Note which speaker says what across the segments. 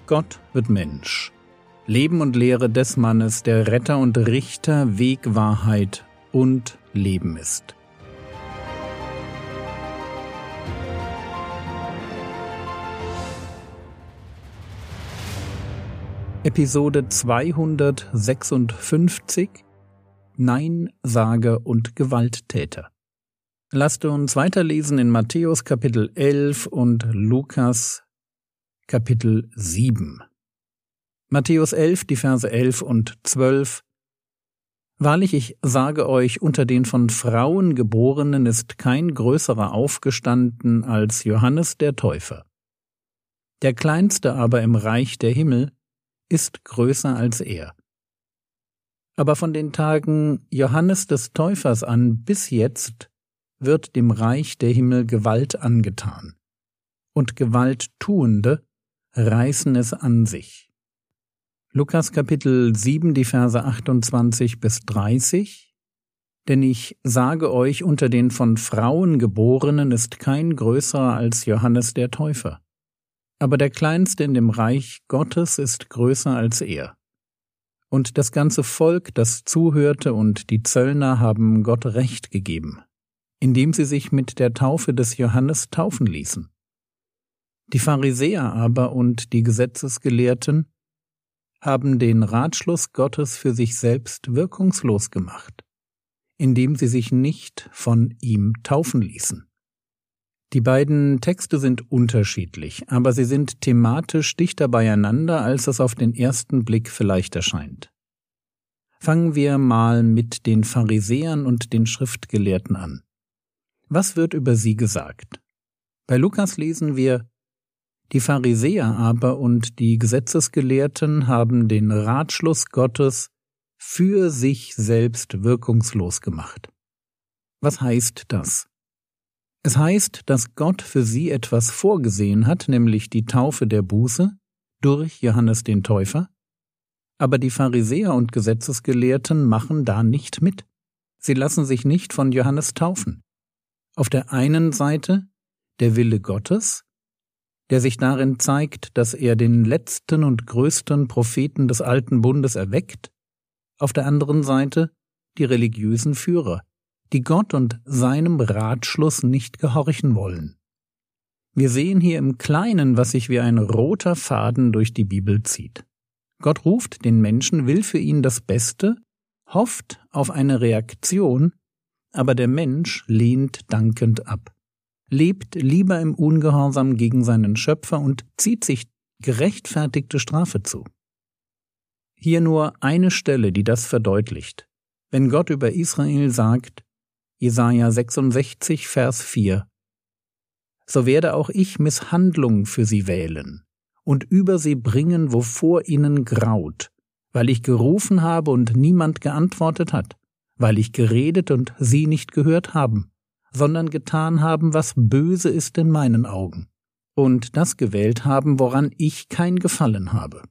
Speaker 1: Gott wird Mensch. Leben und Lehre des Mannes, der Retter und Richter, Weg, Wahrheit und Leben ist. Episode 256 Neinsager und Gewalttäter. Lasst uns weiterlesen in Matthäus Kapitel 11 und Lukas Kapitel 7. Matthäus 11, die Verse 11 und 12. Wahrlich, ich sage euch, unter den von Frauen Geborenen ist kein größerer aufgestanden als Johannes der Täufer. Der Kleinste aber im Reich der Himmel ist größer als er. Aber von den Tagen Johannes des Täufers an bis jetzt wird dem Reich der Himmel Gewalt angetan, und Gewalttuende reißen es an sich. Lukas Kapitel 7, die Verse 28 bis 30. Denn ich sage euch, unter den von Frauen Geborenen ist kein größerer als Johannes der Täufer. Aber der Kleinste in dem Reich Gottes ist größer als er. Und das ganze Volk, das zuhörte, und die Zöllner haben Gott Recht gegeben, indem sie sich mit der Taufe des Johannes taufen ließen. Die Pharisäer aber und die Gesetzesgelehrten haben den Ratschluss Gottes für sich selbst wirkungslos gemacht, indem sie sich nicht von ihm taufen ließen. Die beiden Texte sind unterschiedlich, aber sie sind thematisch dichter beieinander, als es auf den ersten Blick vielleicht erscheint. Fangen wir mal mit den Pharisäern und den Schriftgelehrten an. Was wird über sie gesagt? Bei Lukas lesen wir: Die Pharisäer aber und die Gesetzesgelehrten haben den Ratschluss Gottes für sich selbst wirkungslos gemacht. Was heißt das? Es heißt, dass Gott für sie etwas vorgesehen hat, nämlich die Taufe der Buße durch Johannes den Täufer, aber die Pharisäer und Gesetzesgelehrten machen da nicht mit. Sie lassen sich nicht von Johannes taufen. Auf der einen Seite der Wille Gottes, der sich darin zeigt, dass er den letzten und größten Propheten des Alten Bundes erweckt, auf der anderen Seite die religiösen Führer, die Gott und seinem Ratschluss nicht gehorchen wollen. Wir sehen hier im Kleinen, was sich wie ein roter Faden durch die Bibel zieht. Gott ruft den Menschen, will für ihn das Beste, hofft auf eine Reaktion, aber der Mensch lehnt dankend ab, lebt lieber im Ungehorsam gegen seinen Schöpfer und zieht sich gerechtfertigte Strafe zu. Hier nur eine Stelle, die das verdeutlicht. Wenn Gott über Israel sagt, Jesaja 66, Vers 4, so werde auch ich Misshandlung für sie wählen und über sie bringen, wovor ihnen graut, weil ich gerufen habe und niemand geantwortet hat, weil ich geredet und sie nicht gehört haben, sondern getan haben, was böse ist in meinen Augen, und das gewählt haben, woran ich kein Gefallen habe.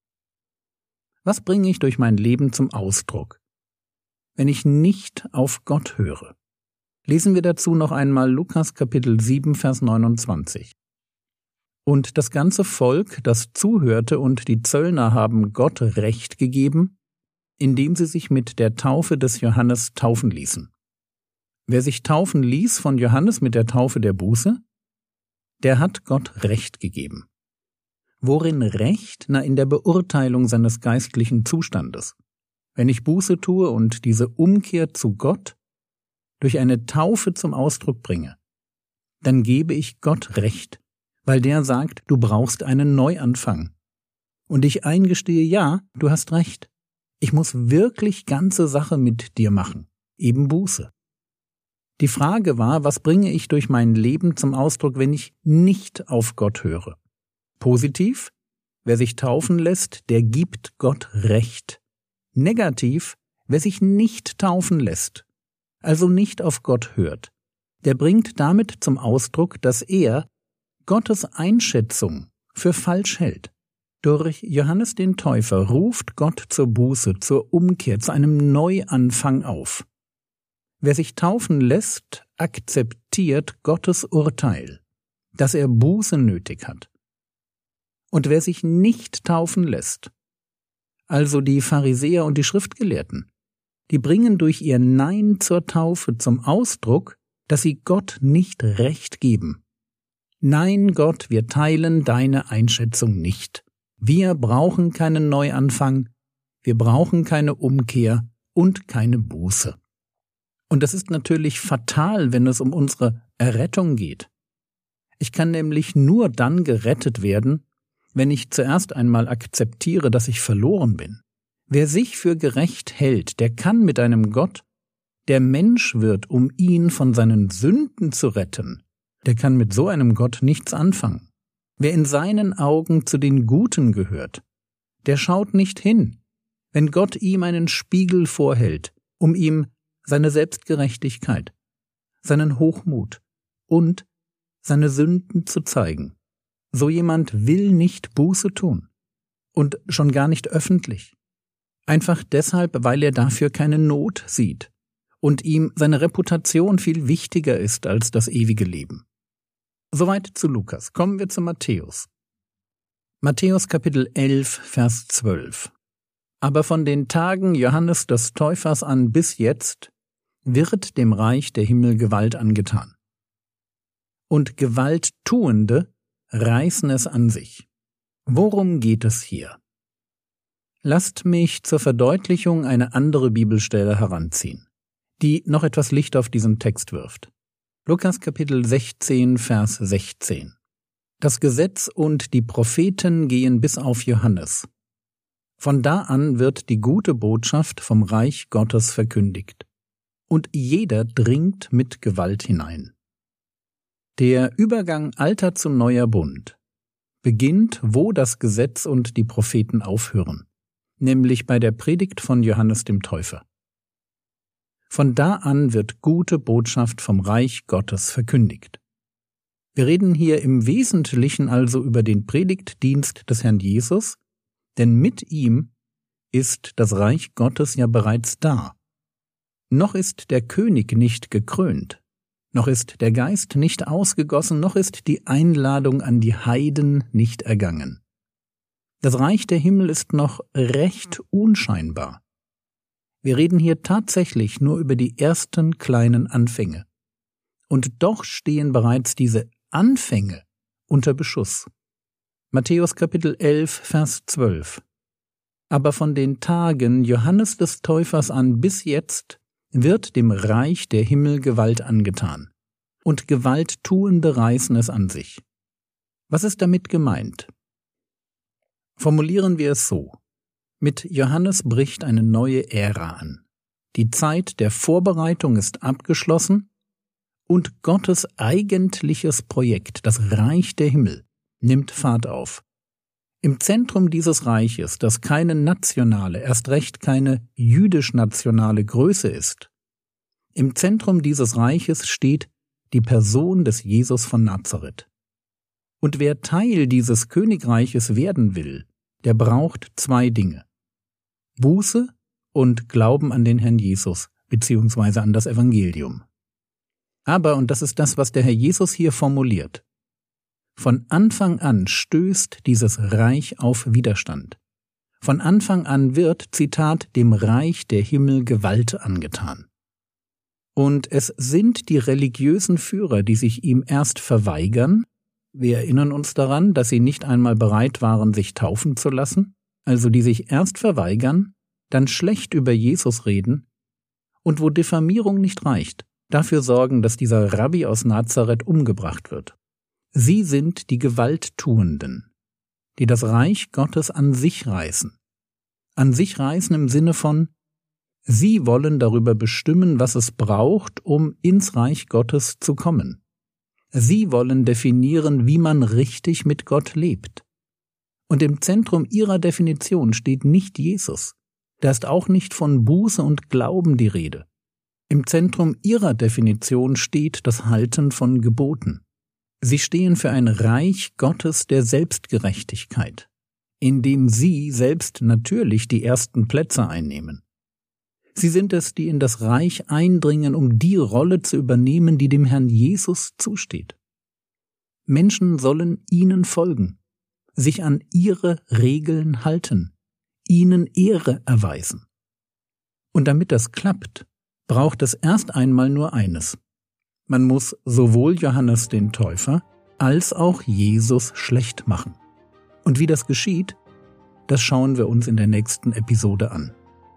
Speaker 1: Was bringe ich durch mein Leben zum Ausdruck, wenn ich nicht auf Gott höre? Lesen wir dazu noch einmal Lukas Kapitel 7, Vers 29. Und das ganze Volk, das zuhörte, und die Zöllner haben Gott Recht gegeben, indem sie sich mit der Taufe des Johannes taufen ließen. Wer sich taufen ließ von Johannes mit der Taufe der Buße, der hat Gott Recht gegeben. Worin Recht? Na, in der Beurteilung seines geistlichen Zustandes. Wenn ich Buße tue und diese Umkehr zu Gott durch eine Taufe zum Ausdruck bringe, dann gebe ich Gott Recht, weil der sagt, du brauchst einen Neuanfang. Und ich eingestehe, ja, du hast recht. Ich muss wirklich ganze Sache mit dir machen, eben Buße. Die Frage war, was bringe ich durch mein Leben zum Ausdruck, wenn ich nicht auf Gott höre? Positiv, wer sich taufen lässt, der gibt Gott Recht. Negativ, wer sich nicht taufen lässt, also nicht auf Gott hört, der bringt damit zum Ausdruck, dass er Gottes Einschätzung für falsch hält. Durch Johannes den Täufer ruft Gott zur Buße, zur Umkehr, zu einem Neuanfang auf. Wer sich taufen lässt, akzeptiert Gottes Urteil, dass er Buße nötig hat. Und wer sich nicht taufen lässt, also die Pharisäer und die Schriftgelehrten, die bringen durch ihr Nein zur Taufe zum Ausdruck, dass sie Gott nicht Recht geben. Nein, Gott, wir teilen deine Einschätzung nicht. Wir brauchen keinen Neuanfang, wir brauchen keine Umkehr und keine Buße. Und das ist natürlich fatal, wenn es um unsere Errettung geht. Ich kann nämlich nur dann gerettet werden, wenn ich zuerst einmal akzeptiere, dass ich verloren bin. Wer sich für gerecht hält, der kann mit einem Gott, der Mensch wird, um ihn von seinen Sünden zu retten, der kann mit so einem Gott nichts anfangen. Wer in seinen Augen zu den Guten gehört, der schaut nicht hin, wenn Gott ihm einen Spiegel vorhält, um ihm seine Selbstgerechtigkeit, seinen Hochmut und seine Sünden zu zeigen. So jemand will nicht Buße tun und schon gar nicht öffentlich. Einfach deshalb, weil er dafür keine Not sieht und ihm seine Reputation viel wichtiger ist als das ewige Leben. Soweit zu Lukas. Kommen wir zu Matthäus. Matthäus Kapitel 11, Vers 12. Aber von den Tagen Johannes des Täufers an bis jetzt wird dem Reich der Himmel Gewalt angetan. Und Gewalttuende reißen es an sich. Worum geht es hier? Lasst mich zur Verdeutlichung eine andere Bibelstelle heranziehen, die noch etwas Licht auf diesen Text wirft. Lukas Kapitel 16, Vers 16. Das Gesetz und die Propheten gehen bis auf Johannes. Von da an wird die gute Botschaft vom Reich Gottes verkündigt. Und jeder dringt mit Gewalt hinein. Der Übergang alter zu neuer Bund beginnt, wo das Gesetz und die Propheten aufhören, nämlich bei der Predigt von Johannes dem Täufer. Von da an wird gute Botschaft vom Reich Gottes verkündigt. Wir reden hier im Wesentlichen also über den Predigtdienst des Herrn Jesus, denn mit ihm ist das Reich Gottes ja bereits da. Noch ist der König nicht gekrönt, noch ist der Geist nicht ausgegossen, noch ist die Einladung an die Heiden nicht ergangen. Das Reich der Himmel ist noch recht unscheinbar. Wir reden hier tatsächlich nur über die ersten kleinen Anfänge. Und doch stehen bereits diese Anfänge unter Beschuss. Matthäus Kapitel 11, Vers 12. Aber von den Tagen Johannes des Täufers an bis jetzt wird dem Reich der Himmel Gewalt angetan. Und Gewalttuende reißen es an sich. Was ist damit gemeint? Formulieren wir es so. Mit Johannes bricht eine neue Ära an. Die Zeit der Vorbereitung ist abgeschlossen und Gottes eigentliches Projekt, das Reich der Himmel, nimmt Fahrt auf. Im Zentrum dieses Reiches, das keine nationale, erst recht keine jüdisch-nationale Größe ist, im Zentrum dieses Reiches steht die Person des Jesus von Nazareth. Und wer Teil dieses Königreiches werden will, der braucht zwei Dinge: Buße und Glauben an den Herrn Jesus bzw. an das Evangelium. Aber, und das ist das, was der Herr Jesus hier formuliert, von Anfang an stößt dieses Reich auf Widerstand. Von Anfang an wird, Zitat, dem Reich der Himmel Gewalt angetan. Und es sind die religiösen Führer, die sich ihm erst verweigern. Wir erinnern uns daran, dass sie nicht einmal bereit waren, sich taufen zu lassen, also die sich erst verweigern, dann schlecht über Jesus reden und wo Diffamierung nicht reicht, dafür sorgen, dass dieser Rabbi aus Nazareth umgebracht wird. Sie sind die Gewalttuenden, die das Reich Gottes an sich reißen. An sich reißen im Sinne von, sie wollen darüber bestimmen, was es braucht, um ins Reich Gottes zu kommen. Sie wollen definieren, wie man richtig mit Gott lebt. Und im Zentrum ihrer Definition steht nicht Jesus. Da ist auch nicht von Buße und Glauben die Rede. Im Zentrum ihrer Definition steht das Halten von Geboten. Sie stehen für ein Reich Gottes der Selbstgerechtigkeit, in dem sie selbst natürlich die ersten Plätze einnehmen. Sie sind es, die in das Reich eindringen, um die Rolle zu übernehmen, die dem Herrn Jesus zusteht. Menschen sollen ihnen folgen. sich an ihre Regeln halten, ihnen Ehre erweisen. Und damit das klappt, braucht es erst einmal nur eines. Man muss sowohl Johannes den Täufer als auch Jesus schlecht machen. Und wie das geschieht, das schauen wir uns in der nächsten Episode an.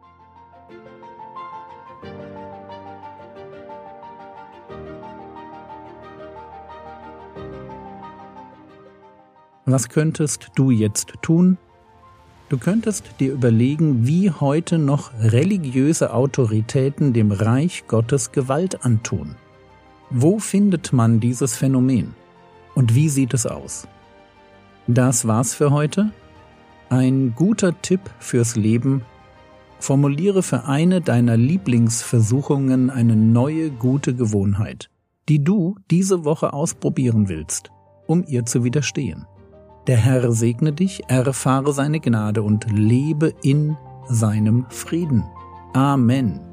Speaker 1: Was könntest du jetzt tun? Du könntest dir überlegen, wie heute noch religiöse Autoritäten dem Reich Gottes Gewalt antun. Wo findet man dieses Phänomen? Und wie sieht es aus? Das war's für heute. Ein guter Tipp fürs Leben: Formuliere für eine deiner Lieblingsversuchungen eine neue gute Gewohnheit, die du diese Woche ausprobieren willst, um ihr zu widerstehen. Der Herr segne dich, erfahre seine Gnade und lebe in seinem Frieden. Amen.